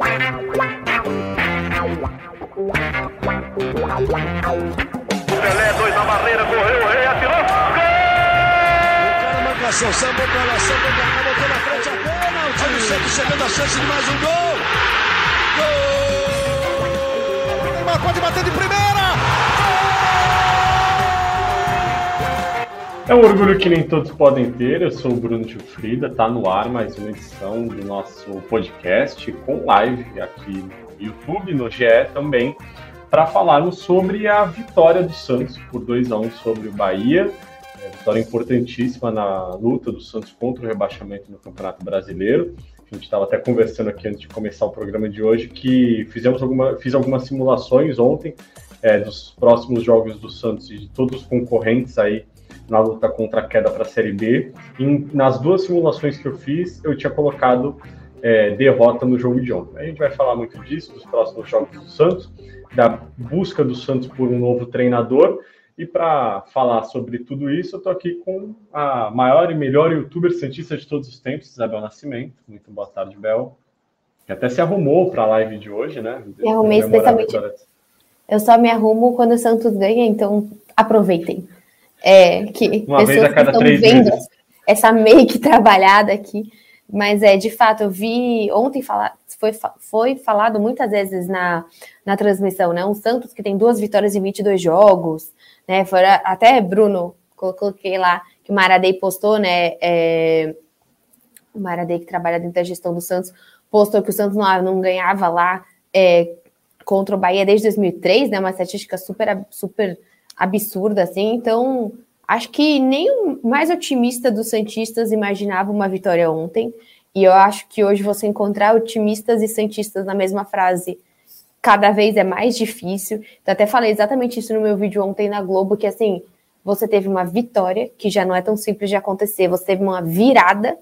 Pelé, 2 na barreira, correu, o Rei atirou. Gol! O cara marcação, sambou pra lá, botou na frente a pênalti. O Santos chegando a chance de mais um gol. Gol! Neymar pode bater de primeira. É um orgulho que nem todos podem ter. Eu sou o Bruno Gilfrida, tá no ar mais uma edição do nosso podcast com live aqui no YouTube, no GE também, para falarmos sobre a vitória do Santos por 2-1 sobre o Bahia. Vitória importantíssima na luta do Santos contra o rebaixamento no Campeonato Brasileiro. A gente estava até conversando aqui antes de começar o programa de hoje que fiz algumas simulações ontem dos próximos jogos do Santos e de todos os concorrentes aí na luta contra a queda para a Série B. Nas duas simulações que eu fiz, eu tinha colocado derrota no jogo de ontem. A gente vai falar muito disso, dos próximos jogos do Santos, da busca do Santos por um novo treinador. E para falar sobre tudo isso, eu estou aqui com a maior e melhor youtuber santista de todos os tempos, Isabel Nascimento. Muito boa tarde, Bel. Que até se arrumou para a live de hoje, né? Me arrumei especialmente. Eu só me arrumo quando o Santos ganha, então aproveitem. Que uma vez a cada 3 meses. Essa make trabalhada aqui, mas de fato eu vi ontem foi falado muitas vezes na transmissão, né? Um Santos que tem 2 vitórias em 22 jogos, né? Até Bruno, coloquei lá que o Maradei postou, né? O Maradei, que trabalha dentro da gestão do Santos, postou que o Santos não ganhava lá contra o Bahia desde 2003, né? Uma estatística super absurda, assim. Então, acho que nem o mais otimista dos santistas imaginava uma vitória ontem, e eu acho que hoje você encontrar otimistas e santistas na mesma frase cada vez é mais difícil. Então, até falei exatamente isso no meu vídeo ontem na Globo, que assim, você teve uma vitória, que já não é tão simples de acontecer, você teve uma virada,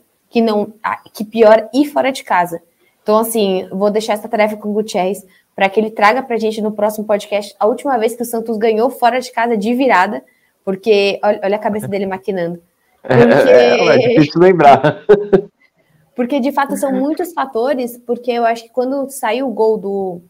que pior, ir fora de casa. Então, assim, vou deixar essa tarefa com o Gutierrez, para que ele traga para a gente no próximo podcast a última vez que o Santos ganhou fora de casa de virada, porque olha a cabeça dele maquinando. É difícil lembrar. Porque, de fato, são muitos fatores, porque eu acho que quando saiu o gol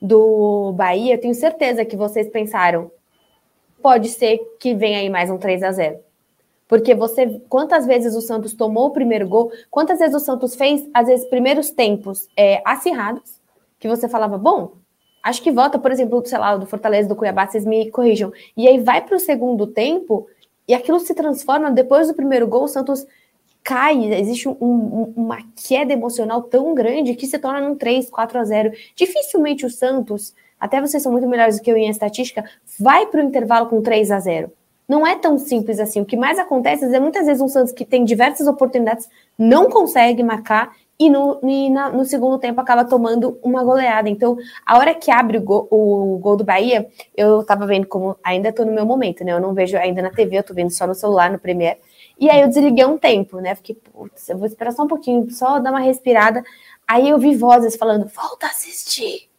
do Bahia, eu tenho certeza que vocês pensaram, pode ser que venha aí mais um 3-0. Porque quantas vezes o Santos tomou o primeiro gol, quantas vezes o Santos fez, às vezes, primeiros tempos acirrados, que você falava, bom, acho que volta, por exemplo, sei lá, do Fortaleza, do Cuiabá, vocês me corrijam. E aí vai para o segundo tempo e aquilo se transforma, depois do primeiro gol, o Santos cai, existe uma queda emocional tão grande que se torna um 3-4-0. Dificilmente o Santos, até vocês são muito melhores do que eu em estatística, vai para o intervalo com 3-0. Não é tão simples assim. O que mais acontece é muitas vezes um Santos que tem diversas oportunidades não consegue marcar e no segundo tempo acaba tomando uma goleada. Então, a hora que abre o gol do Bahia, eu tava vendo como ainda tô no meu momento, né? Eu não vejo ainda na TV, eu tô vendo só no celular, no Premiere. E aí eu desliguei um tempo, né? Fiquei, putz, eu vou esperar só um pouquinho, só dar uma respirada. Aí eu vi vozes falando, volta a assistir.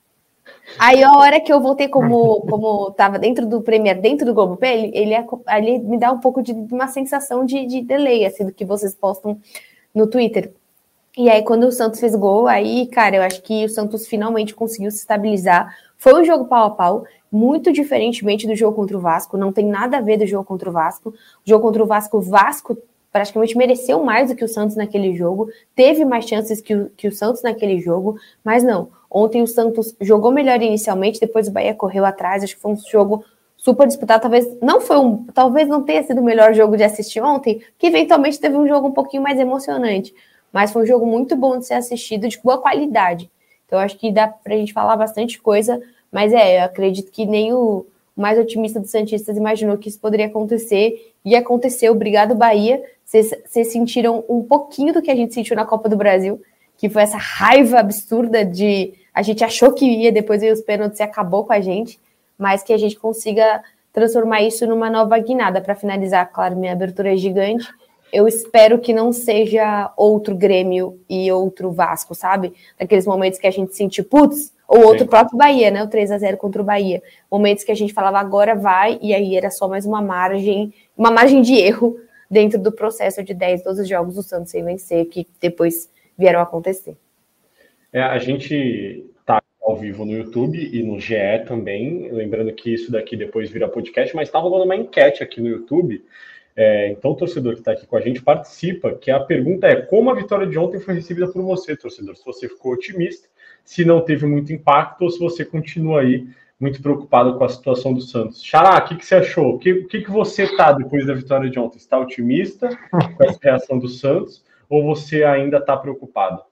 Aí a hora que eu voltei, como tava dentro do Premiere, dentro do Globoplay, ele me dá um pouco de uma sensação de delay, assim, do que vocês postam no Twitter. E aí, quando o Santos fez gol, aí, cara, eu acho que o Santos finalmente conseguiu se estabilizar. Foi um jogo pau a pau, muito diferentemente do jogo contra o Vasco. Não tem nada a ver do jogo contra o Vasco. O jogo contra o Vasco praticamente mereceu mais do que o Santos naquele jogo. Teve mais chances que o Santos naquele jogo, mas não. Ontem o Santos jogou melhor inicialmente, depois o Bahia correu atrás. Acho que foi um jogo super disputado. Talvez não tenha sido o melhor jogo de assistir ontem, que eventualmente teve um jogo um pouquinho mais emocionante. Mas foi um jogo muito bom de ser assistido, de boa qualidade. Então, acho que dá pra gente falar bastante coisa, mas eu acredito que nem o mais otimista dos santistas imaginou que isso poderia acontecer, e aconteceu. Obrigado, Bahia. Vocês sentiram um pouquinho do que a gente sentiu na Copa do Brasil, que foi essa raiva absurda de... A gente achou que ia, depois veio os pênaltis e acabou com a gente, mas que a gente consiga transformar isso numa nova guinada. Para finalizar, claro, minha abertura é gigante. Eu espero que não seja outro Grêmio e outro Vasco, sabe? Daqueles momentos que a gente sentiu, putz, ou outro próprio Bahia, né? O 3-0 contra o Bahia. Momentos que a gente falava, agora vai, e aí era só mais uma margem de erro dentro do processo de 10, 12 jogos do Santos sem vencer, que depois vieram a acontecer. A gente tá ao vivo no YouTube e no GE também, lembrando que isso daqui depois vira podcast, mas tá rolando uma enquete aqui no YouTube. Então, o torcedor que está aqui com a gente participa, que a pergunta é: como a vitória de ontem foi recebida por você, torcedor? Se você ficou otimista, se não teve muito impacto, ou se você continua aí muito preocupado com a situação do Santos. Xará, o que você achou? O que você está depois da vitória de ontem? Está otimista com essa reação do Santos, ou você ainda está preocupado?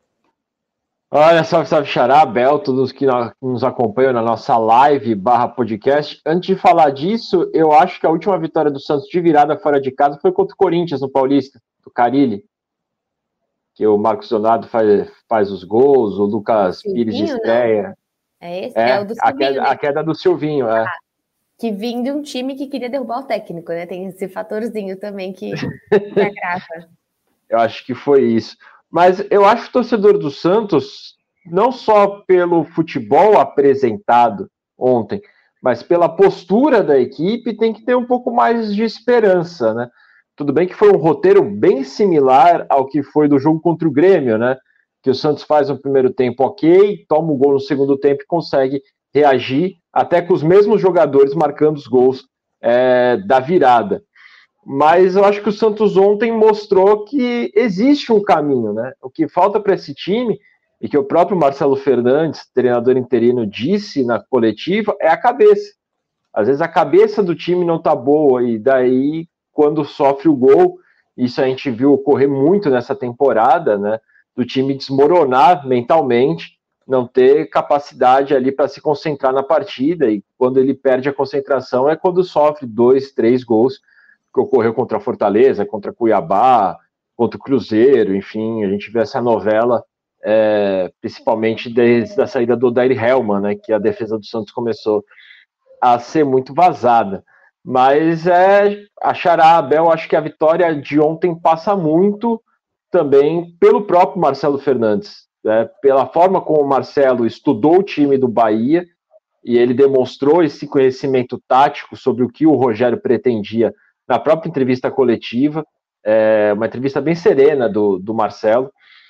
Olha, salve Xará, Bel, todos que nos acompanham na nossa live /podcast. Antes de falar disso, eu acho que a última vitória do Santos de virada fora de casa foi contra o Corinthians, no Paulista, do Carille, que o Marcos Leonardo faz os gols, o Lucas Pires estreia. É o do Silvinho. A queda do Silvinho, Que vem de um time que queria derrubar o técnico, né? Tem esse fatorzinho também que agrava. Eu acho que foi isso. Mas eu acho que o torcedor do Santos, não só pelo futebol apresentado ontem, mas pela postura da equipe, tem que ter um pouco mais de esperança, né? Tudo bem que foi um roteiro bem similar ao que foi do jogo contra o Grêmio, né? Que o Santos faz no primeiro tempo ok, toma o gol no segundo tempo e consegue reagir, até com os mesmos jogadores marcando os gols da virada. Mas eu acho que o Santos ontem mostrou que existe um caminho, né? O que falta para esse time, e que o próprio Marcelo Fernandes, treinador interino, disse na coletiva, é a cabeça. Às vezes a cabeça do time não tá boa, e daí, quando sofre o gol, isso a gente viu ocorrer muito nessa temporada, né? Do time desmoronar mentalmente, não ter capacidade ali para se concentrar na partida, e quando ele perde a concentração é quando sofre 2, 3 gols, que ocorreu contra a Fortaleza, contra Cuiabá, contra o Cruzeiro, enfim, a gente vê essa novela, principalmente desde a saída do Odair Hellmann, né, que a defesa do Santos começou a ser muito vazada. Mas a Xará, Abel, acho que a vitória de ontem passa muito também pelo próprio Marcelo Fernandes, né, pela forma como o Marcelo estudou o time do Bahia, e ele demonstrou esse conhecimento tático sobre o que o Rogério pretendia na própria entrevista coletiva, uma entrevista bem serena do Marcelo,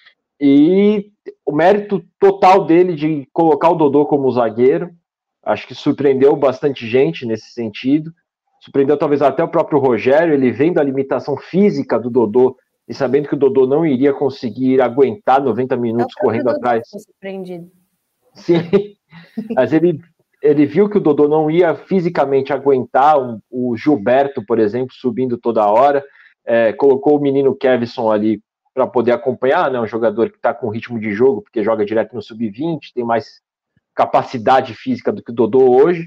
e o mérito total dele de colocar o Dodô como zagueiro, acho que surpreendeu bastante gente nesse sentido, surpreendeu talvez até o próprio Rogério, ele vendo a limitação física do Dodô, e sabendo que o Dodô não iria conseguir aguentar 90 minutos correndo atrás. Surpreendido. Sim, mas ele viu que o Dodô não ia fisicamente aguentar o Gilberto, por exemplo, subindo toda hora, colocou o menino Kevson ali para poder acompanhar, né, um jogador que está com ritmo de jogo, porque joga direto no sub-20, tem mais capacidade física do que o Dodô hoje,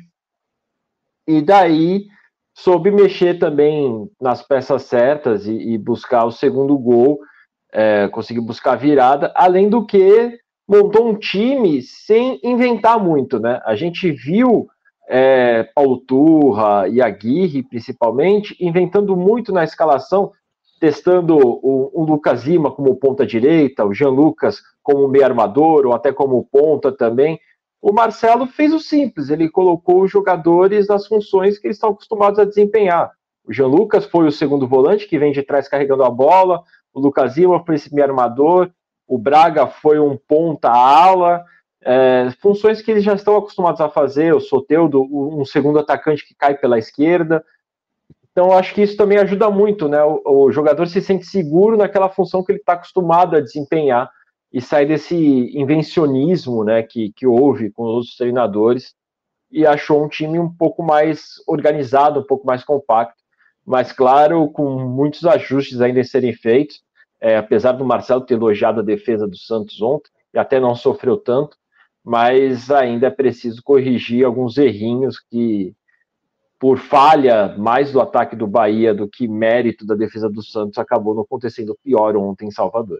e daí soube mexer também nas peças certas e buscar o segundo gol, conseguiu buscar a virada, além do que montou um time sem inventar muito, né? A gente viu Paulo Turra e Aguirre, principalmente, inventando muito na escalação, testando o Lucas Lima como ponta direita, o Jean Lucas como meio armador, ou até como ponta também. O Marcelo fez o simples, ele colocou os jogadores nas funções que eles estão acostumados a desempenhar. O Jean Lucas foi o segundo volante, que vem de trás carregando a bola, o Lucas Lima foi esse meio armador, o Braga foi um ponta-ala, funções que eles já estão acostumados a fazer, o Soteldo, um segundo atacante que cai pela esquerda. Então, acho que isso também ajuda muito, né? O jogador se sente seguro naquela função que ele está acostumado a desempenhar e sair desse invencionismo, né, que houve com os treinadores, e achou um time um pouco mais organizado, um pouco mais compacto, mas, claro, com muitos ajustes ainda a serem feitos. Apesar do Marcelo ter elogiado a defesa do Santos ontem, e até não sofreu tanto, mas ainda é preciso corrigir alguns errinhos que, por falha mais do ataque do Bahia do que mérito da defesa do Santos, acabou não acontecendo pior ontem em Salvador.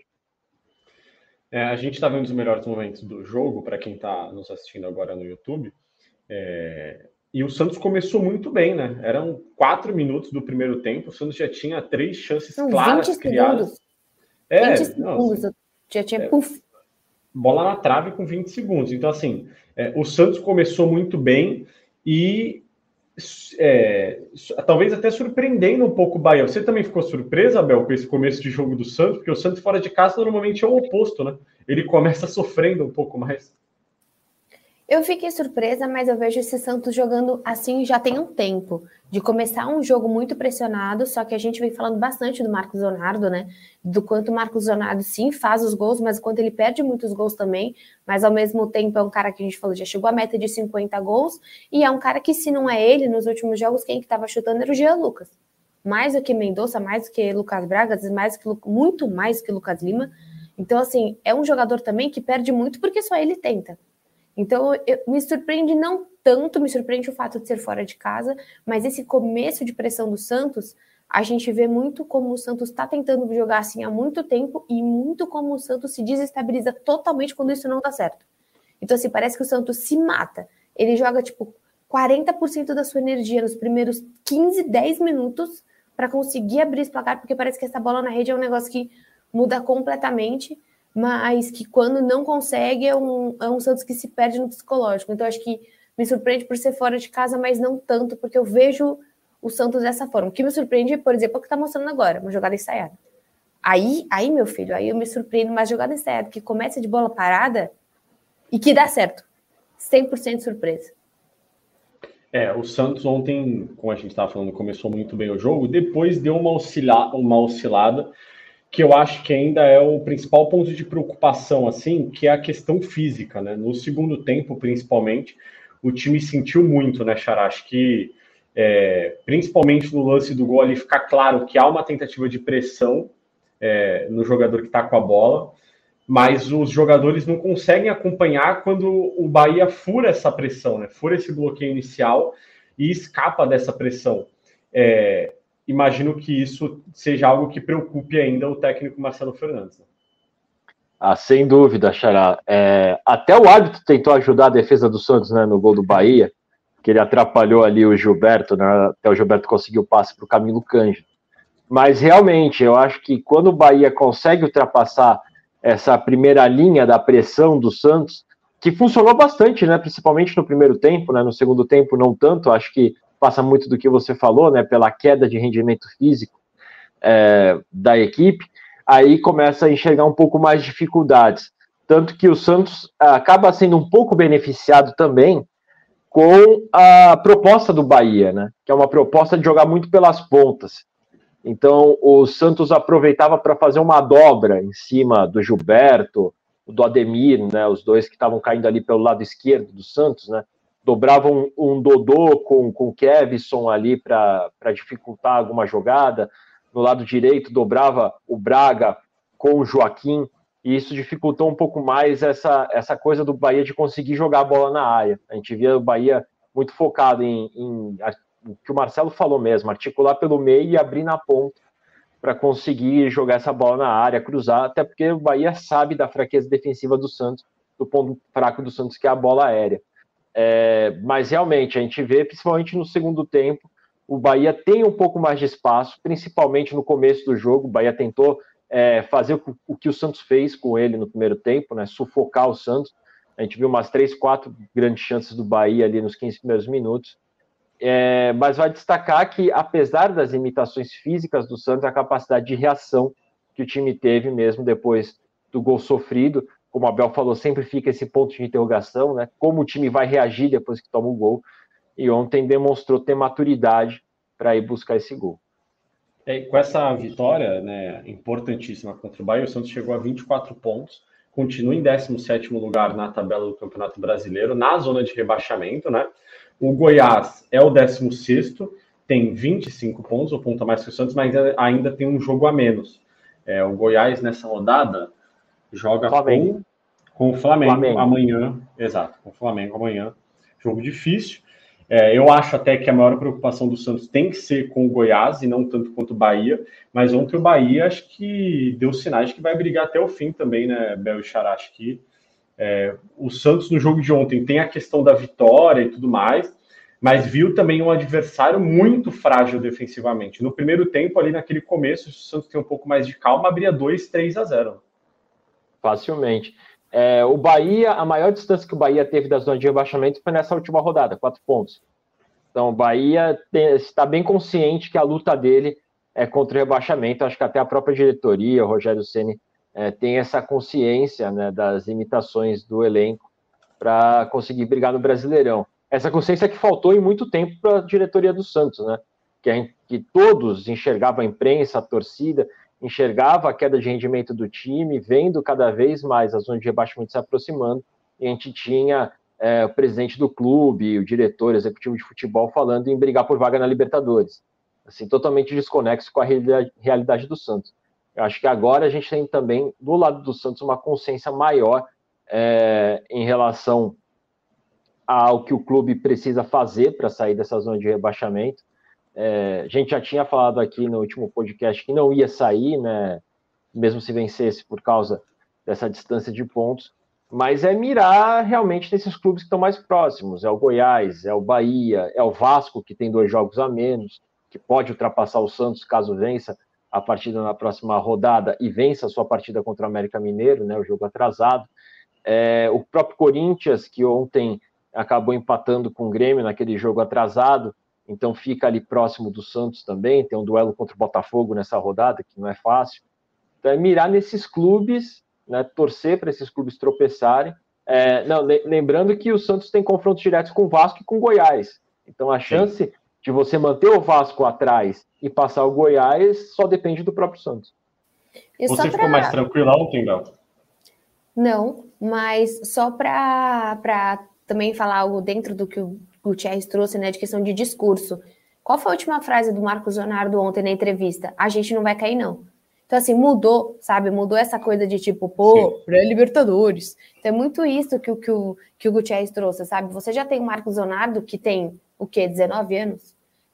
A gente está vendo os melhores momentos do jogo, para quem está nos assistindo agora no YouTube, e o Santos começou muito bem, né? Eram 4 minutos do primeiro tempo, o Santos já tinha 3 chances claras 20 criadas. 20 segundos, já tinha puff. Bola na trave com 20 segundos. Então, assim, o Santos começou muito bem e talvez até surpreendendo um pouco o Bahia. Você também ficou surpresa, Abel, com esse começo de jogo do Santos? Porque o Santos fora de casa normalmente é o oposto, né? Ele começa sofrendo um pouco mais. Eu fiquei surpresa, mas eu vejo esse Santos jogando assim já tem um tempo. De começar um jogo muito pressionado, só que a gente vem falando bastante do Marcos Leonardo, né? Do quanto o Marcos Leonardo sim faz os gols, mas o quanto ele perde muitos gols também. Mas ao mesmo tempo é um cara que a gente falou, já chegou à meta de 50 gols, e é um cara que, se não é ele, nos últimos jogos, quem que estava chutando era o Jean Lucas. Mais do que Mendonça, mais do que Lucas Braga, muito mais que Lucas Lima. Então, assim, é um jogador também que perde muito porque só ele tenta. Então, me surpreende não tanto, me surpreende o fato de ser fora de casa, mas esse começo de pressão do Santos, a gente vê muito como o Santos está tentando jogar assim há muito tempo e muito como o Santos se desestabiliza totalmente quando isso não dá certo. Então, assim, parece que o Santos se mata. Ele joga, 40% da sua energia nos primeiros 15, 10 minutos para conseguir abrir esse placar, porque parece que essa bola na rede é um negócio que muda completamente, mas que quando não consegue é um Santos que se perde no psicológico. Então, acho que me surpreende por ser fora de casa, mas não tanto, porque eu vejo o Santos dessa forma. O que me surpreende, por exemplo, é o que está mostrando agora, uma jogada ensaiada. Aí, meu filho, aí eu me surpreendo, uma jogada ensaiada que começa de bola parada e que dá certo. 100% surpresa. O Santos ontem, como a gente estava falando, começou muito bem o jogo, depois deu uma oscilada, que eu acho que ainda é o principal ponto de preocupação, assim, que é a questão física, né? No segundo tempo, principalmente, o time sentiu muito, né, Xará? Acho que, principalmente no lance do gol ali, fica claro que há uma tentativa de pressão no jogador que está com a bola, mas os jogadores não conseguem acompanhar quando o Bahia fura essa pressão, né? Fura esse bloqueio inicial e escapa dessa pressão. Imagino que isso seja algo que preocupe ainda o técnico Marcelo Fernandes. Né? Sem dúvida, Xará. Até o árbitro tentou ajudar a defesa do Santos, né, no gol do Bahia, que ele atrapalhou ali o Gilberto, né, até o Gilberto conseguiu o passe para o Camilo Cândido. Mas realmente, eu acho que quando o Bahia consegue ultrapassar essa primeira linha da pressão do Santos, que funcionou bastante, né, principalmente no primeiro tempo, né, no segundo tempo não tanto, acho que passa muito do que você falou, né, pela queda de rendimento físico da equipe, aí começa a enxergar um pouco mais de dificuldades. Tanto que o Santos acaba sendo um pouco beneficiado também com a proposta do Bahia, né, que é uma proposta de jogar muito pelas pontas. Então, o Santos aproveitava para fazer uma dobra em cima do Gilberto, do Ademir, né, os dois que estavam caindo ali pelo lado esquerdo do Santos, né, dobravam um Dodô com o Kevson ali para dificultar alguma jogada. No lado direito, dobrava o Braga com o Joaquim, e isso dificultou um pouco mais essa coisa do Bahia de conseguir jogar a bola na área. A gente via o Bahia muito focado em o que o Marcelo falou mesmo, articular pelo meio e abrir na ponta para conseguir jogar essa bola na área, cruzar, até porque o Bahia sabe da fraqueza defensiva do Santos, do ponto fraco do Santos, que é a bola aérea. Mas realmente a gente vê, principalmente no segundo tempo, o Bahia tem um pouco mais de espaço, principalmente no começo do jogo. O Bahia tentou fazer o que o Santos fez com ele no primeiro tempo, né, sufocar o Santos. A gente viu umas 3, 4 grandes chances do Bahia ali nos 15 primeiros minutos. Mas vai destacar que, apesar das limitações físicas do Santos, a capacidade de reação que o time teve mesmo depois do gol sofrido, como o Abel falou, sempre fica esse ponto de interrogação, né? Como o time vai reagir depois que toma o gol, e ontem demonstrou ter maturidade para ir buscar esse gol. Com essa vitória, né, importantíssima contra o Bahia, o Santos chegou a 24 pontos, continua em 17º lugar na tabela do Campeonato Brasileiro, na zona de rebaixamento, né? O Goiás é o 16º, tem 25 pontos, o ponto a mais que o Santos, mas ainda tem um jogo a menos. O Goiás, nessa rodada, joga com o Flamengo amanhã. Exato, com o Flamengo amanhã. Jogo difícil. Eu acho até que a maior preocupação do Santos tem que ser com o Goiás e não tanto quanto o Bahia, mas ontem o Bahia acho que deu sinais de que vai brigar até o fim também, né, Bel e Xará? Acho que o Santos no jogo de ontem tem a questão da vitória e tudo mais, mas viu também um adversário muito frágil defensivamente. No primeiro tempo, ali naquele começo, se o Santos tem um pouco mais de calma, abria 2-3-0. Facilmente. O Bahia, a maior distância que o Bahia teve da zona de rebaixamento foi nessa última rodada, 4 pontos. Então, o Bahia está bem consciente que a luta dele é contra o rebaixamento. Acho que até a própria diretoria, o Rogério Ceni, tem essa consciência, né, das limitações do elenco para conseguir brigar no Brasileirão. Essa consciência que faltou em muito tempo para a diretoria do Santos, né? Que todos enxergavam a imprensa, a torcida, enxergava a queda de rendimento do time, vendo cada vez mais a zona de rebaixamento se aproximando, e a gente tinha o presidente do clube, o diretor executivo de futebol falando em brigar por vaga na Libertadores, assim, totalmente desconexo com a realidade do Santos. Eu acho que agora a gente tem também, do lado do Santos, uma consciência maior em relação ao que o clube precisa fazer para sair dessa zona de rebaixamento. A gente já tinha falado aqui no último podcast que não ia sair, né, mesmo se vencesse por causa dessa distância de pontos, mas é mirar realmente nesses clubes que estão mais próximos, é o Goiás, é o Bahia, é o Vasco, que tem 2 jogos a menos, que pode ultrapassar o Santos caso vença a partida na próxima rodada e vença a sua partida contra o América Mineiro, né, o jogo atrasado. O próprio Corinthians, que ontem acabou empatando com o Grêmio naquele jogo atrasado, então fica ali próximo do Santos também, tem um duelo contra o Botafogo nessa rodada, que não é fácil. Então é mirar nesses clubes, né, torcer para esses clubes tropeçarem. Lembrando que o Santos tem confrontos diretos com o Vasco e com o Goiás. Então a chance de você manter o Vasco atrás e passar o Goiás só depende do próprio Santos. Você ficou mais tranquilo ontem, Bel? Não, mas só para também falar algo dentro do que o Gutierrez trouxe, né, de questão de discurso. Qual foi a última frase do Marcos Leonardo ontem na entrevista? A gente não vai cair, não. Então, assim, mudou, sabe? Mudou essa coisa de tipo, pré-Libertadores. Então, é muito isso que o Gutierrez trouxe, sabe? Você já tem o Marcos Leonardo, que tem, 19 anos?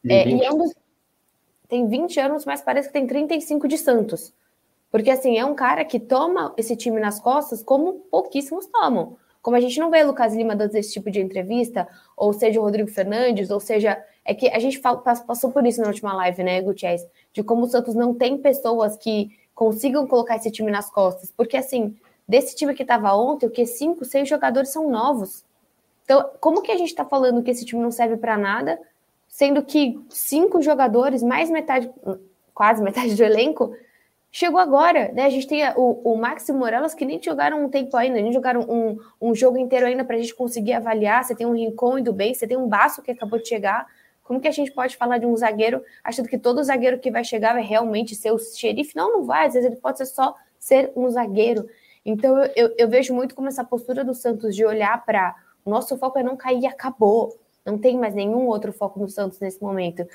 Tem 20 anos, mas parece que tem 35 de Santos. Porque, assim, é um cara que toma esse time nas costas como pouquíssimos tomam. Como a gente não vê o Lucas Lima dando esse tipo de entrevista, ou seja, o Rodrigo Fernandes, ou seja, é que a gente passou por isso na última live, né, Gutierrez, de como o Santos não tem pessoas que consigam colocar esse time nas costas. Porque, assim, desse time que estava ontem, 5, 6 jogadores são novos. Então, como que a gente está falando que esse time não serve para nada, sendo que 5 jogadores, mais metade, quase metade do elenco, chegou agora, né? A gente tem o Max e o Morelos que nem jogaram um tempo ainda, nem jogaram um jogo inteiro ainda para a gente conseguir avaliar. Você tem um Rincon indo bem, você tem um Basso que acabou de chegar. Como que a gente pode falar de um zagueiro achando que todo zagueiro que vai chegar vai realmente ser o xerife? Não vai. Às vezes ele pode só ser um zagueiro. Então eu vejo muito como essa postura do Santos de olhar para o nosso foco é não cair e acabou. Não tem mais nenhum outro foco no Santos nesse momento.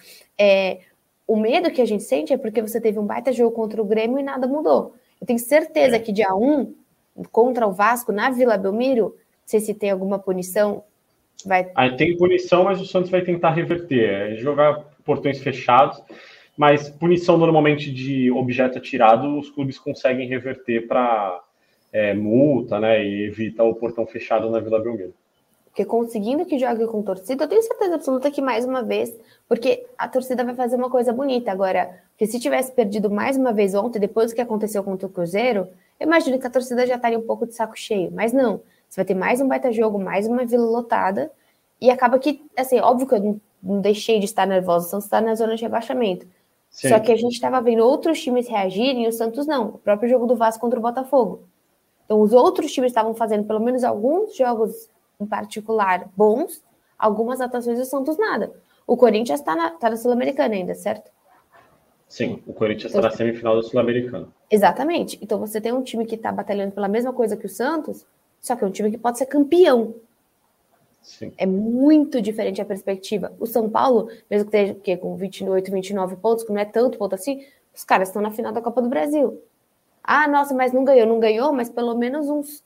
O medo que a gente sente é porque você teve um baita jogo contra o Grêmio e nada mudou. Eu tenho certeza que dia 1, contra o Vasco, na Vila Belmiro, não sei se tem alguma punição. Aí tem punição, mas o Santos vai tentar reverter. Jogar portões fechados, mas punição normalmente de objeto atirado, os clubes conseguem reverter para multa, né? E evita o portão fechado na Vila Belmiro. Porque conseguindo que jogue com torcida, eu tenho certeza absoluta que mais uma vez, porque a torcida vai fazer uma coisa bonita. Agora, que se tivesse perdido mais uma vez ontem, depois do que aconteceu contra o Cruzeiro, eu imagino que a torcida já estaria um pouco de saco cheio. Mas não, você vai ter mais um baita jogo, mais uma Vila lotada, e acaba que, assim, óbvio que eu não deixei de estar nervosa, o Santos está na zona de rebaixamento. Sim. Só que a gente estava vendo outros times reagirem e o Santos não. O próprio jogo do Vasco contra o Botafogo. Então, os outros times estavam fazendo pelo menos alguns jogos em particular bons, algumas atuações do Santos nada. O Corinthians está na Sul-Americana ainda, certo? Sim, o Corinthians está na semifinal da Sul-Americana. Exatamente. Então você tem um time que está batalhando pela mesma coisa que o Santos, só que é um time que pode ser campeão. Sim. É muito diferente a perspectiva. O São Paulo, mesmo que esteja com 28, 29 pontos, que não é tanto ponto assim, os caras estão na final da Copa do Brasil. Ah, nossa, mas não ganhou, mas pelo menos uns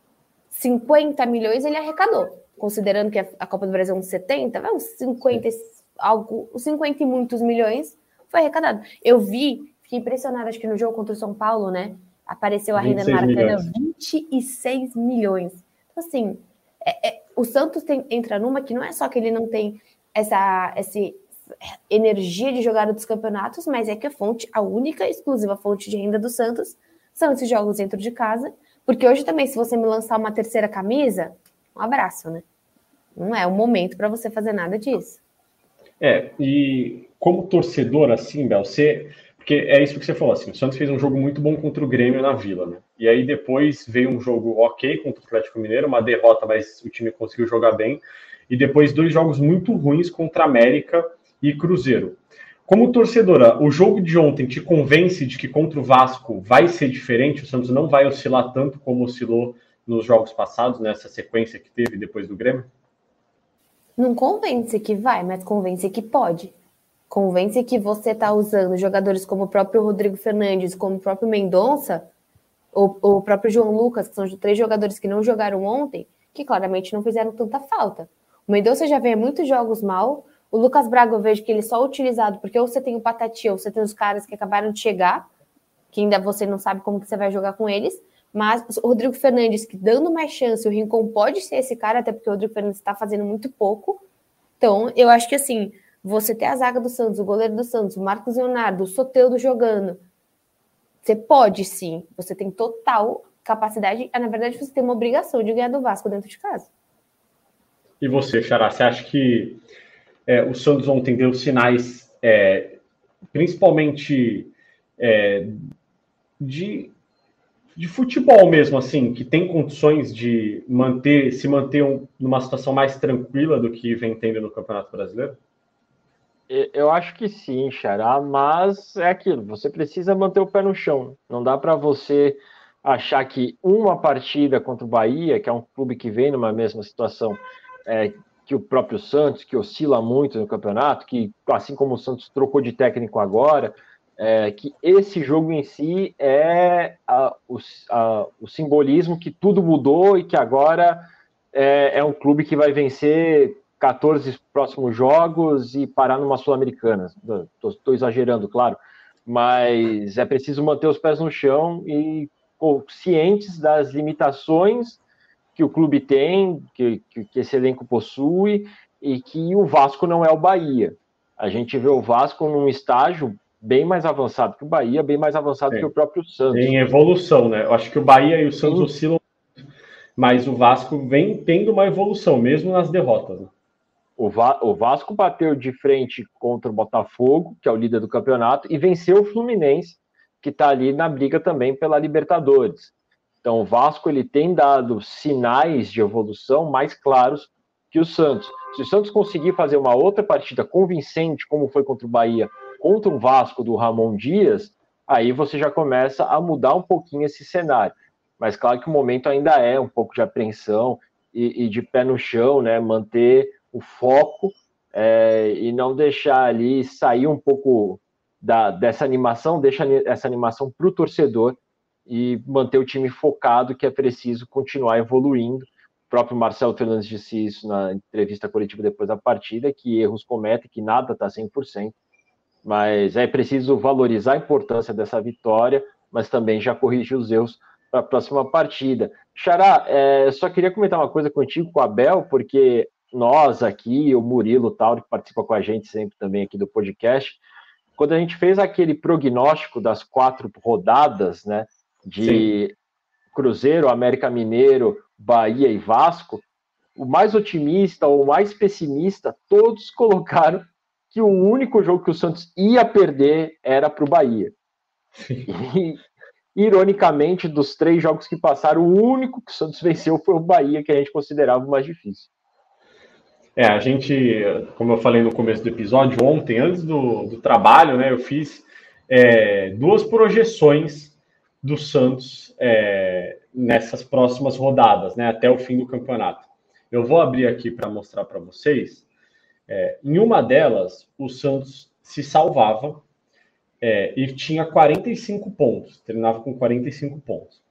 50 milhões ele arrecadou, considerando que a Copa do Brasil é uns 70, vai uns 50, uns 50 e muitos milhões foi arrecadado. Eu fiquei impressionada, acho que no jogo contra o São Paulo, né, apareceu a renda no Maracanã, 26 milhões. Então, assim, o Santos entra numa que não é só que ele não tem essa energia de jogar dos campeonatos, mas é que a única exclusiva fonte de renda do Santos são esses jogos dentro de casa. Porque hoje também, se você me lançar uma terceira camisa, um abraço, né? Não é o momento para você fazer nada disso. E como torcedor, assim, Bel, porque é isso que você falou, assim, o Santos fez um jogo muito bom contra o Grêmio na Vila, né? E aí depois veio um jogo ok contra o Atlético Mineiro, uma derrota, mas o time conseguiu jogar bem. E depois 2 jogos muito ruins contra América e Cruzeiro. Como torcedora, o jogo de ontem te convence de que contra o Vasco vai ser diferente? O Santos não vai oscilar tanto como oscilou nos jogos passados, nessa sequência que teve depois do Grêmio? Não convence que vai, mas convence que pode. Convence que você está usando jogadores como o próprio Rodrigo Fernandes, como o próprio Mendonça, o próprio João Lucas, que são 3 jogadores que não jogaram ontem, que claramente não fizeram tanta falta. O Mendonça já vem muitos jogos mal. O Lucas Braga eu vejo que ele é só utilizado porque ou você tem o Patati ou você tem os caras que acabaram de chegar, que ainda você não sabe como que você vai jogar com eles. Mas o Rodrigo Fernandes, que dando mais chance, o Rincon pode ser esse cara, até porque o Rodrigo Fernandes está fazendo muito pouco. Então, eu acho que assim, você ter a zaga do Santos, o goleiro do Santos, o Marcos Leonardo, o Soteldo jogando, você pode sim, você tem total capacidade, na verdade você tem uma obrigação de ganhar do Vasco dentro de casa. E você, Xará, você acha que o Santos ontem deu sinais, principalmente de futebol mesmo, assim, que tem condições de se manter numa situação mais tranquila do que vem tendo no Campeonato Brasileiro? Eu acho que sim, Xará, mas é aquilo, você precisa manter o pé no chão. Não dá para você achar que uma partida contra o Bahia, que é um clube que vem numa mesma situação que o próprio Santos, que oscila muito no campeonato, que assim como o Santos trocou de técnico agora, que esse jogo em si é o simbolismo que tudo mudou e que agora é um clube que vai vencer 14 próximos jogos e parar numa Sul-Americana. Estou exagerando, claro, mas é preciso manter os pés no chão e cientes das limitações que o clube tem, que esse elenco possui, e que o Vasco não é o Bahia. A gente vê o Vasco num estágio bem mais avançado que o Bahia, bem mais avançado que o próprio Santos. Em evolução, né? Eu acho que o Bahia e o Santos oscilam, mas o Vasco vem tendo uma evolução, mesmo nas derrotas, né? O Vasco bateu de frente contra o Botafogo, que é o líder do campeonato, e venceu o Fluminense, que está ali na briga também pela Libertadores. Então, o Vasco ele tem dado sinais de evolução mais claros que o Santos. Se o Santos conseguir fazer uma outra partida convincente, como foi contra o Bahia, contra o Vasco do Ramon Dias, aí você já começa a mudar um pouquinho esse cenário. Mas claro que o momento ainda é um pouco de apreensão e de pé no chão, né? Manter o foco e não deixar ali sair um pouco dessa animação, deixa essa animação para o torcedor e manter o time focado, que é preciso continuar evoluindo. O próprio Marcelo Fernandes disse isso na entrevista coletiva depois da partida, que erros cometem, que nada está 100%, mas é preciso valorizar a importância dessa vitória, mas também já corrigir os erros para a próxima partida. Xará, só queria comentar uma coisa contigo, com o Abel, porque nós aqui, o Murilo, o Tauro, que participa com a gente sempre também aqui do podcast, quando a gente fez aquele prognóstico das 4 rodadas, né, de Sim. Cruzeiro, América Mineiro, Bahia e Vasco, o mais otimista ou o mais pessimista, todos colocaram que o único jogo que o Santos ia perder era para o Bahia. E, ironicamente, dos 3 jogos que passaram, o único que o Santos venceu foi o Bahia, que a gente considerava o mais difícil. A gente, como eu falei no começo do episódio, ontem, antes do trabalho, né, eu fiz 2 projeções do Santos nessas próximas rodadas, né, até o fim do campeonato. Eu vou abrir aqui para mostrar para vocês. Em uma delas, o Santos se salvava e tinha 45 pontos, terminava com 45 pontos.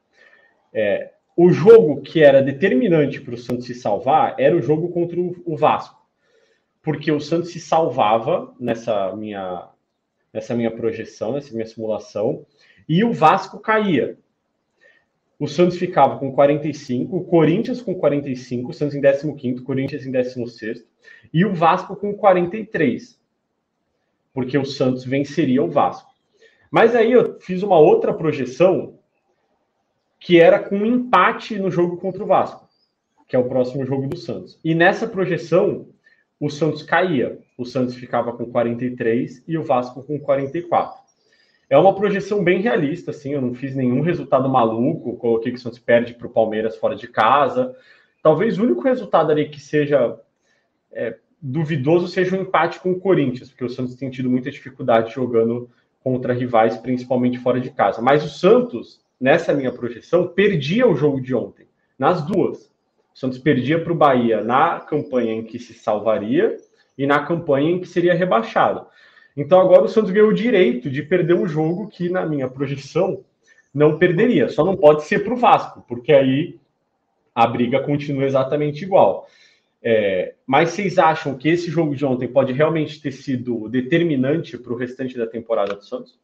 O jogo que era determinante para o Santos se salvar era o jogo contra o Vasco, porque o Santos se salvava nessa minha projeção, nessa minha simulação, e o Vasco caía. O Santos ficava com 45, o Corinthians com 45, o Santos em 15º, o Corinthians em 16º, e o Vasco com 43, porque o Santos venceria o Vasco. Mas aí eu fiz uma outra projeção, que era com um empate no jogo contra o Vasco, que é o próximo jogo do Santos. E nessa projeção, o Santos caía. O Santos ficava com 43 e o Vasco com 44. É uma projeção bem realista, assim, eu não fiz nenhum resultado maluco, coloquei que o Santos perde para o Palmeiras fora de casa. Talvez o único resultado ali que seja duvidoso seja um empate com o Corinthians, porque o Santos tem tido muita dificuldade jogando contra rivais, principalmente fora de casa. Mas o Santos, nessa minha projeção, perdia o jogo de ontem, nas duas. O Santos perdia para o Bahia na campanha em que se salvaria e na campanha em que seria rebaixado. Então agora o Santos ganhou o direito de perder um jogo que, na minha projeção, não perderia. Só não pode ser para o Vasco, porque aí a briga continua exatamente igual. Mas vocês acham que esse jogo de ontem pode realmente ter sido determinante para o restante da temporada do Santos?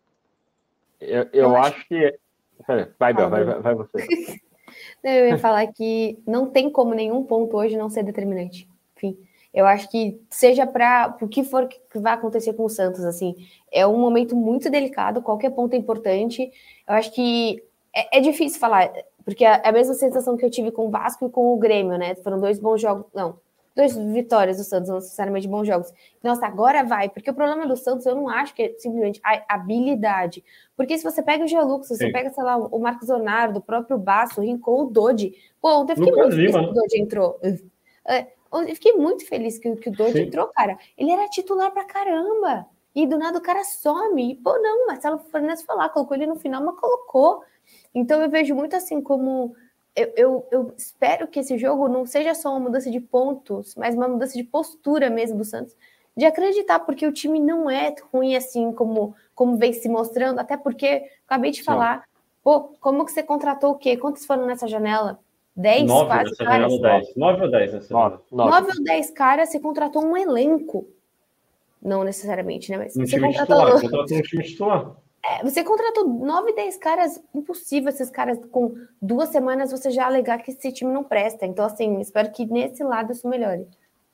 Eu acho que... Vai, Bel, vai você. Eu ia falar que não tem como nenhum ponto hoje não ser determinante. Enfim, eu acho que seja para o que for que vai acontecer com o Santos, assim, é um momento muito delicado, qualquer ponto é importante. Eu acho que é difícil falar, porque é a mesma sensação que eu tive com o Vasco e com o Grêmio, né? Foram 2 bons jogos, não, 2 vitórias do Santos, não necessariamente bons jogos. Nossa, agora vai, porque o problema do Santos eu não acho que é simplesmente a habilidade. Porque se você pega o Gianluca, se você pega, sei lá, o Marcos Leonardo, o próprio Basso, o Rincon, o Dodi. Pô, ontem eu fiquei muito feliz que o Dodi entrou. Eu fiquei muito feliz que o Dodi entrou, cara. Ele era titular pra caramba. E do nada o cara some. E, pô, não, Marcelo Fernandes foi lá, colocou ele no final, mas colocou. Então eu vejo muito assim como... Eu espero que esse jogo não seja só uma mudança de pontos, mas uma mudança de postura mesmo do Santos, de acreditar, porque o time não é ruim assim como vem se mostrando, até porque, acabei de falar, pô, como que você contratou o quê? Quantos foram nessa janela? 10, 9 quase nessa caras? janela, 10. 9 ou 10 nessa janela? 9 ou 10 caras, você contratou um elenco. Não necessariamente, né? Mas Um você time contratou... contratou um time titular. Você contratou 9, 10 caras, impossível esses caras com 2 semanas você já alegar que esse time não presta. Então, assim, espero que nesse lado isso melhore.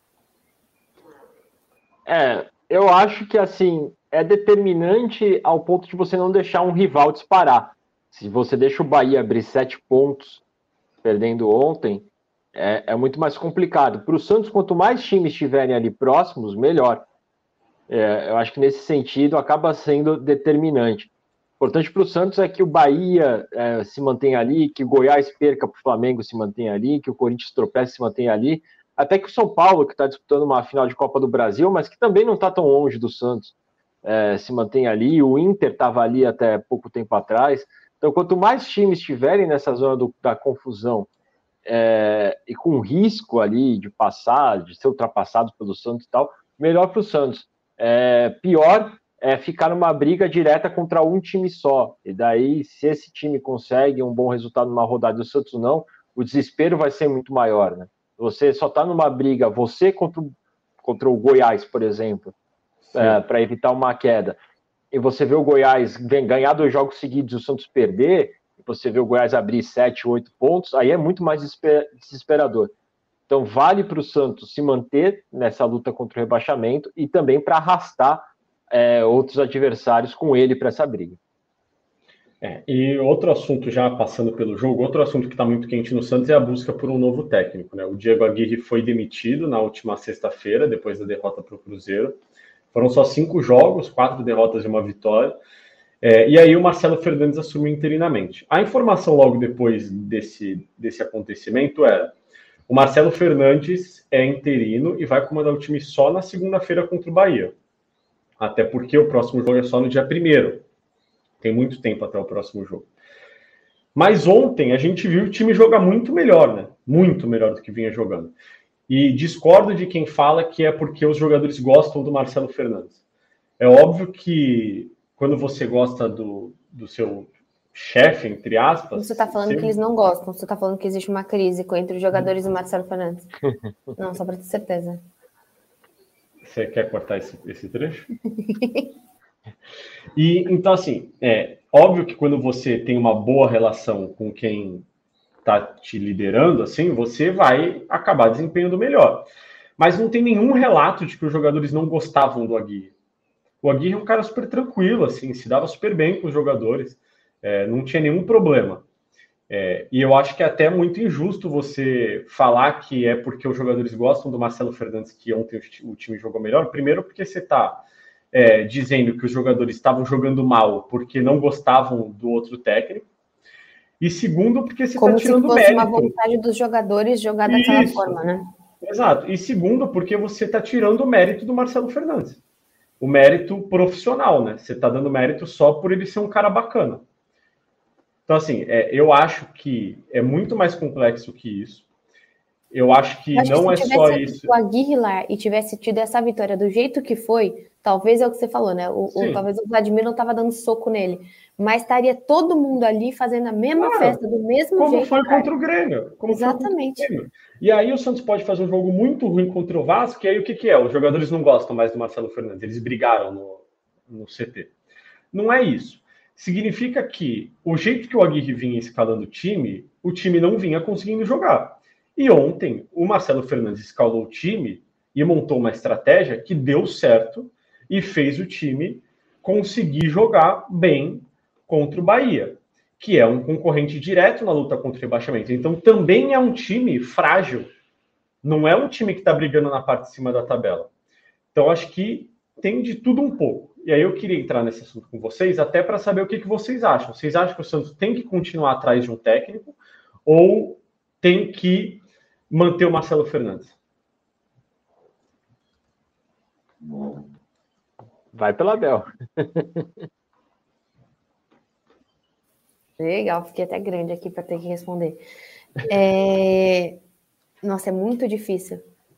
Eu acho que, assim, é determinante ao ponto de você não deixar um rival disparar. Se você deixa o Bahia abrir 7 pontos, perdendo ontem, é muito mais complicado. Para o Santos, quanto mais times estiverem ali próximos, melhor. Eu acho que nesse sentido acaba sendo determinante. Importante para o Santos é que o Bahia se mantenha ali, que o Goiás perca para o Flamengo se mantenha ali, que o Corinthians tropece se mantenha ali, até que o São Paulo, que está disputando uma final de Copa do Brasil, mas que também não está tão longe do Santos, se mantenha ali. O Inter estava ali até pouco tempo atrás. Então, quanto mais times estiverem nessa zona da confusão e com risco ali de passar, de ser ultrapassados pelo Santos e tal, melhor para o Santos. Pior é ficar numa briga direta contra um time só. E daí, se esse time consegue um bom resultado numa rodada e o Santos não, o desespero vai ser muito maior, né? Você só está numa briga, você contra o Goiás, por exemplo, para evitar uma queda, e você vê o Goiás ganhar 2 jogos seguidos e o Santos perder, e você vê o Goiás abrir 7, 8 pontos, aí é muito mais desesperador. Então, vale para o Santos se manter nessa luta contra o rebaixamento e também para arrastar outros adversários com ele para essa briga. E outro assunto, já passando pelo jogo, outro assunto que está muito quente no Santos é a busca por um novo técnico, né? O Diego Aguirre foi demitido na última sexta-feira, depois da derrota para o Cruzeiro. Foram só 5 jogos, 4 derrotas e 1 vitória. E aí o Marcelo Fernandes assumiu interinamente. A informação logo depois desse acontecimento era: o Marcelo Fernandes é interino e vai comandar o time só na segunda-feira contra o Bahia. Até porque o próximo jogo é só no dia 1º. Tem muito tempo até o próximo jogo. Mas ontem a gente viu o time jogar muito melhor, né? Muito melhor do que vinha jogando. E discordo de quem fala que é porque os jogadores gostam do Marcelo Fernandes. É óbvio que quando você gosta do seu chefe, entre aspas... Você está falando que eles não gostam, você está falando que existe uma crise entre os jogadores e o Marcelo Fernandes. Não, só para ter certeza. Você quer cortar esse trecho? E então, assim, óbvio que quando você tem uma boa relação com quem está te liderando, assim, você vai acabar desempenhando melhor. Mas não tem nenhum relato de que os jogadores não gostavam do Aguirre. O Aguirre é um cara super tranquilo, assim, se dava super bem com os jogadores, não tinha nenhum problema. E eu acho que é até muito injusto você falar que é porque os jogadores gostam do Marcelo Fernandes que ontem o time jogou melhor. Primeiro porque você está dizendo que os jogadores estavam jogando mal porque não gostavam do outro técnico. E segundo porque você está tirando mérito. Como se fosse uma vontade dos jogadores jogar daquela forma, né? Exato. E segundo porque você está tirando o mérito do Marcelo Fernandes. O mérito profissional, né? Você está dando mérito só por ele ser um cara bacana. Então, assim, eu acho que é muito mais complexo que isso. Eu acho que não é só isso. Se o Aguirre lá e tivesse tido essa vitória do jeito que foi, talvez é o que você falou, né? Talvez o Vladimir não estava dando soco nele, mas estaria todo mundo ali fazendo a mesma festa, do mesmo como jeito. Foi contra o Grêmio. Exatamente. E aí o Santos pode fazer um jogo muito ruim contra o Vasco, e aí o que é? Os jogadores não gostam mais do Marcelo Fernandes, eles brigaram no CT. Não é isso. Significa que o jeito que o Aguirre vinha escalando o time não vinha conseguindo jogar. E ontem, o Marcelo Fernandes escalou o time e montou uma estratégia que deu certo e fez o time conseguir jogar bem contra o Bahia, que é um concorrente direto na luta contra o rebaixamento. Então, também é um time frágil. Não é um time que está brigando na parte de cima da tabela. Então, acho que tem de tudo um pouco. E aí eu queria entrar nesse assunto com vocês, até para saber o que vocês acham. Vocês acham que o Santos tem que continuar atrás de um técnico ou tem que manter o Marcelo Fernandes? Vai pela Abel. Legal, fiquei até grande aqui para ter que responder. Nossa, é muito difícil.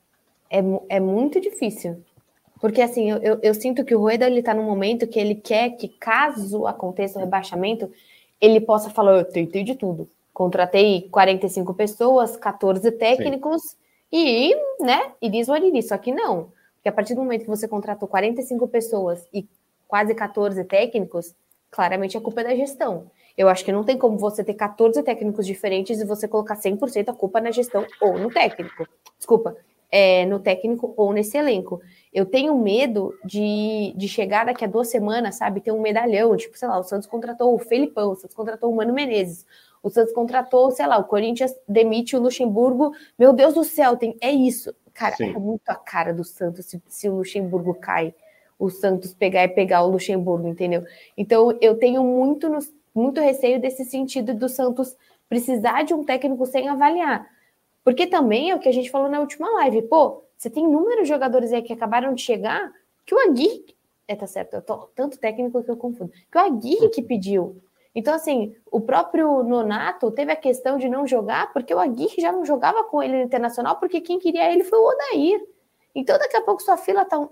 É muito difícil. Porque, assim, eu sinto que o Rueda, ele tá num momento que ele quer que, caso aconteça o rebaixamento, ele possa falar, eu tentei de tudo. Contratei 45 pessoas, 14 técnicos, e diz o Ariri. Só que não. Porque a partir do momento que você contratou 45 pessoas e quase 14 técnicos, claramente a culpa é da gestão. Eu acho que não tem como você ter 14 técnicos diferentes e você colocar 100% a culpa na gestão ou no técnico. Desculpa. No técnico ou nesse elenco. Eu tenho medo de chegar daqui a 2 semanas, sabe, ter um medalhão, tipo, sei lá, o Santos contratou o Felipão, o Santos contratou o Mano Menezes, o Santos contratou, sei lá, o Corinthians demite o Luxemburgo, meu Deus do céu, é isso. Cara, é muito a cara do Santos se o Luxemburgo cai, o Santos pegar o Luxemburgo, entendeu? Então, eu tenho muito receio desse sentido do Santos precisar de um técnico sem avaliar. Porque também é o que a gente falou na última live. Pô, você tem inúmeros jogadores aí que acabaram de chegar que o Aguirre... tá certo, eu tô tanto técnico que eu confundo. Que o Aguirre que pediu. Então, assim, o próprio Nonato teve a questão de não jogar porque o Aguirre já não jogava com ele no Internacional porque quem queria ele foi o Odair. Então, daqui a pouco sua fila tá...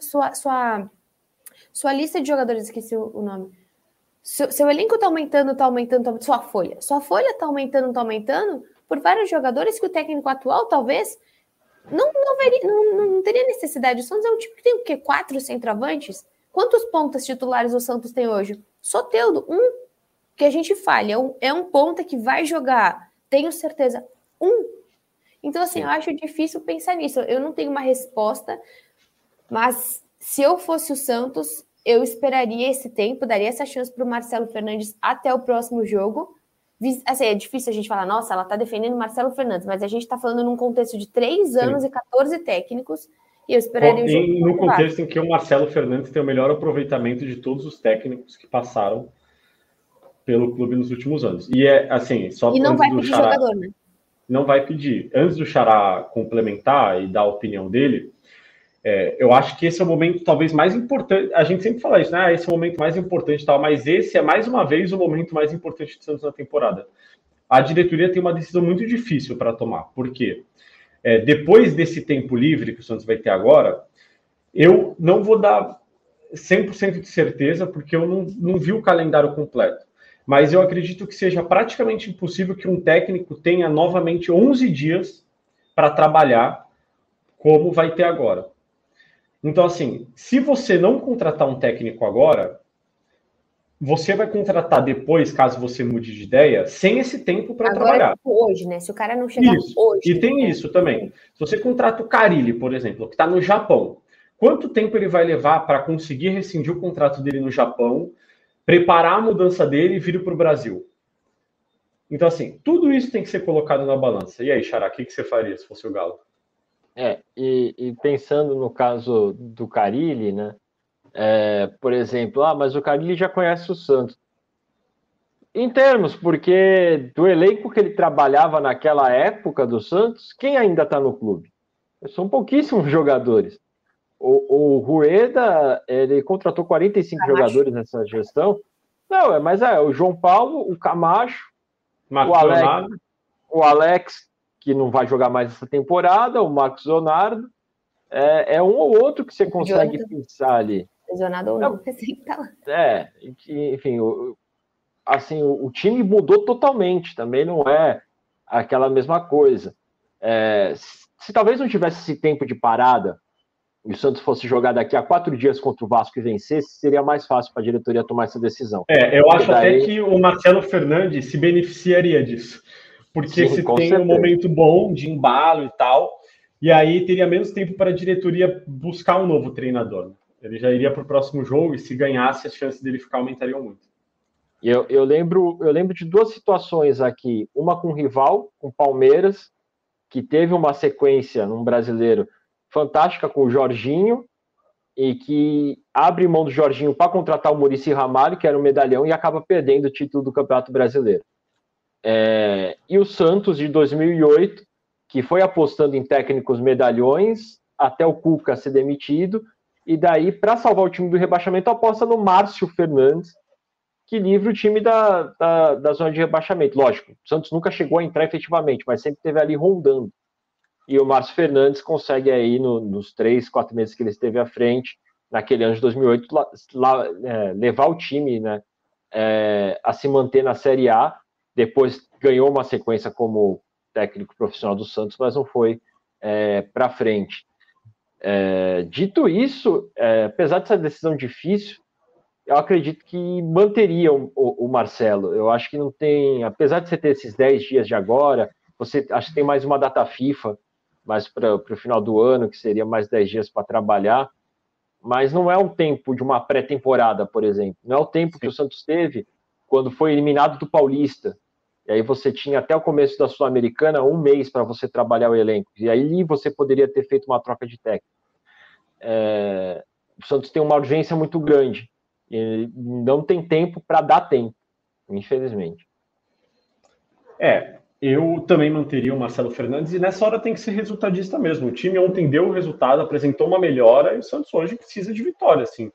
Sua lista de jogadores, esqueci o nome. Seu elenco tá aumentando, sua folha. Sua folha tá aumentando por vários jogadores que o técnico atual, talvez, não teria necessidade. O Santos é um time que tem o quê? 4 centroavantes? Quantos pontas titulares o Santos tem hoje? Soteldo, que a gente falha. É um ponta que vai jogar, tenho certeza, Então, assim, eu acho difícil pensar nisso. Eu não tenho uma resposta, mas se eu fosse o Santos, eu esperaria esse tempo, daria essa chance para o Marcelo Fernandes até o próximo jogo. Assim, é difícil a gente falar, nossa, ela está defendendo o Marcelo Fernandes, mas a gente está falando num contexto de 3 anos e 14 técnicos, e eu esperaria o jogo. No contexto em que o Marcelo Fernandes tem o melhor aproveitamento de todos os técnicos que passaram pelo clube nos últimos anos. E assim, só e não vai pedir jogador, né? Não vai pedir. Antes do Xará complementar e dar a opinião dele, eu acho que esse é o momento talvez mais importante. A gente sempre fala isso, né? Esse é o momento mais importante, tal, mas esse é mais uma vez o momento mais importante do Santos na temporada. A diretoria tem uma decisão muito difícil para tomar. Por quê? Depois desse tempo livre que o Santos vai ter agora, eu não vou dar 100% de certeza, porque eu não vi o calendário completo. Mas eu acredito que seja praticamente impossível que um técnico tenha novamente 11 dias para trabalhar como vai ter agora. Então, assim, se você não contratar um técnico agora, você vai contratar depois, caso você mude de ideia, sem esse tempo para trabalhar. Hoje, né? Se o cara não chegar hoje... E tem isso também. Se você contrata o Carille, por exemplo, que está no Japão, quanto tempo ele vai levar para conseguir rescindir o contrato dele no Japão, preparar a mudança dele e vir para o Brasil? Então, assim, tudo isso tem que ser colocado na balança. E aí, Xará, o que você faria se fosse o Galo? E pensando no caso do Carille, né? Por exemplo, mas o Carille já conhece o Santos. Em termos, porque do elenco que ele trabalhava naquela época do Santos, quem ainda está no clube? São pouquíssimos jogadores. O Rueda, ele contratou 45 jogadores nessa gestão. Não, mas o João Paulo, o Camacho, o Alex, que não vai jogar mais essa temporada, o Marcos Leonardo. É um ou outro que você consegue pensar ali. Lesionado ou não, enfim, assim, o time mudou totalmente, também não é aquela mesma coisa. Se talvez não tivesse esse tempo de parada e o Santos fosse jogar daqui a 4 dias contra o Vasco e vencesse, seria mais fácil para a diretoria tomar essa decisão. Eu acho até que o Marcelo Fernandes se beneficiaria disso, porque se tem um momento bom de embalo e tal, e aí teria menos tempo para a diretoria buscar um novo treinador. Ele já iria para o próximo jogo e se ganhasse, as chances dele ficar aumentariam muito. Eu lembro de 2 situações aqui. Uma com o rival, com o Palmeiras, que teve uma sequência num brasileiro fantástica com o Jorginho, e que abre mão do Jorginho para contratar o Muricy Ramalho, que era um medalhão, e acaba perdendo o título do Campeonato Brasileiro. E o Santos, de 2008, que foi apostando em técnicos medalhões, até o Cuca ser demitido, e daí, para salvar o time do rebaixamento, aposta no Márcio Fernandes, que livra o time da zona de rebaixamento. Lógico, o Santos nunca chegou a entrar efetivamente, mas sempre esteve ali rondando. E o Márcio Fernandes consegue aí, nos 3, 4 meses que ele esteve à frente, naquele ano de 2008, levar o time, né, a se manter na Série A. Depois ganhou uma sequência como técnico profissional do Santos, mas não foi para frente. Dito isso, apesar dessa decisão difícil, eu acredito que manteria o Marcelo. Eu acho que não tem, apesar de você ter esses 10 dias de agora, você acho que tem mais uma data FIFA, mais para o final do ano, que seria mais 10 dias para trabalhar, mas não é um tempo de uma pré-temporada, por exemplo. Não é o tempo que o Santos teve quando foi eliminado do Paulista. E aí você tinha até o começo da Sul-Americana 1 mês para você trabalhar o elenco. E aí você poderia ter feito uma troca de técnico. O Santos tem uma urgência muito grande. E não tem tempo para dar tempo, infelizmente. Eu também manteria o Marcelo Fernandes, e nessa hora tem que ser resultadista mesmo. O time ontem deu o resultado, apresentou uma melhora, e o Santos hoje precisa de vitória, assim.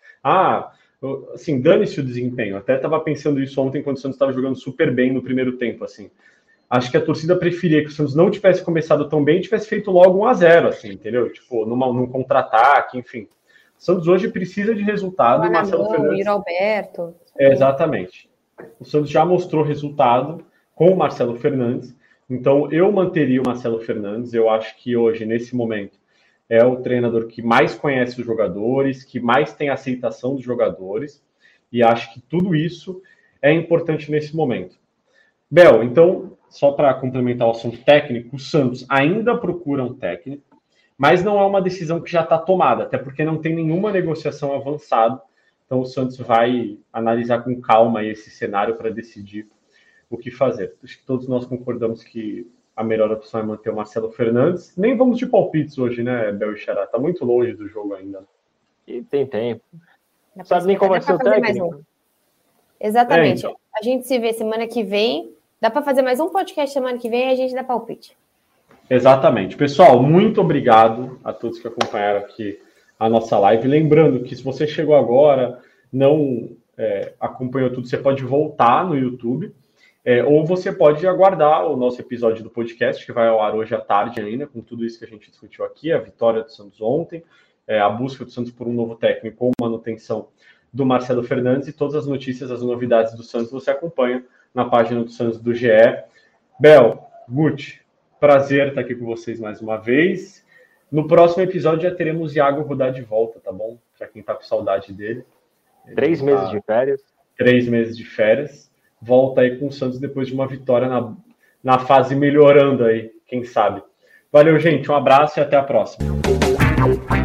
Dane-se o desempenho. Até estava pensando isso ontem, quando o Santos estava jogando super bem no primeiro tempo, assim. Acho que a torcida preferia que o Santos não tivesse começado tão bem e tivesse feito logo 1-0, assim, entendeu? Tipo, num contra-ataque, enfim. O Santos hoje precisa de resultado. O Marcelo Fernandes... o Alberto. Exatamente. O Santos já mostrou resultado com o Marcelo Fernandes. Então, eu manteria o Marcelo Fernandes. Eu acho que hoje, nesse momento, é o treinador que mais conhece os jogadores, que mais tem aceitação dos jogadores. E acho que tudo isso é importante nesse momento. Bel, então, só para complementar o assunto técnico, o Santos ainda procura um técnico, mas não é uma decisão que já está tomada, até porque não tem nenhuma negociação avançada. Então, o Santos vai analisar com calma esse cenário para decidir o que fazer. Acho que todos nós concordamos que a melhor opção é manter o Marcelo Fernandes. Nem vamos de palpites hoje, né, Bel e Xará? Está muito longe do jogo ainda. E tem tempo. Não sabe nem como vai ser o técnico. Exatamente. Então. A gente se vê semana que vem. Dá para fazer mais um podcast semana que vem e a gente dá palpite. Exatamente. Pessoal, muito obrigado a todos que acompanharam aqui a nossa live. Lembrando que se você chegou agora, não acompanhou tudo, você pode voltar no YouTube, ou você pode aguardar o nosso episódio do podcast, que vai ao ar hoje à tarde ainda, com tudo isso que a gente discutiu aqui, a vitória do Santos ontem, a busca do Santos por um novo técnico ou manutenção do Marcelo Fernandes, e todas as notícias, as novidades do Santos você acompanha na página do Santos do GE. Bel, Guti, prazer estar aqui com vocês mais uma vez. No próximo episódio já teremos Iago Rudá de volta, tá bom? Para quem tá com saudade dele. 3 meses de férias. 3 meses de férias. Volta aí com o Santos depois de uma vitória na fase melhorando aí, quem sabe. Valeu, gente. Um abraço e até a próxima.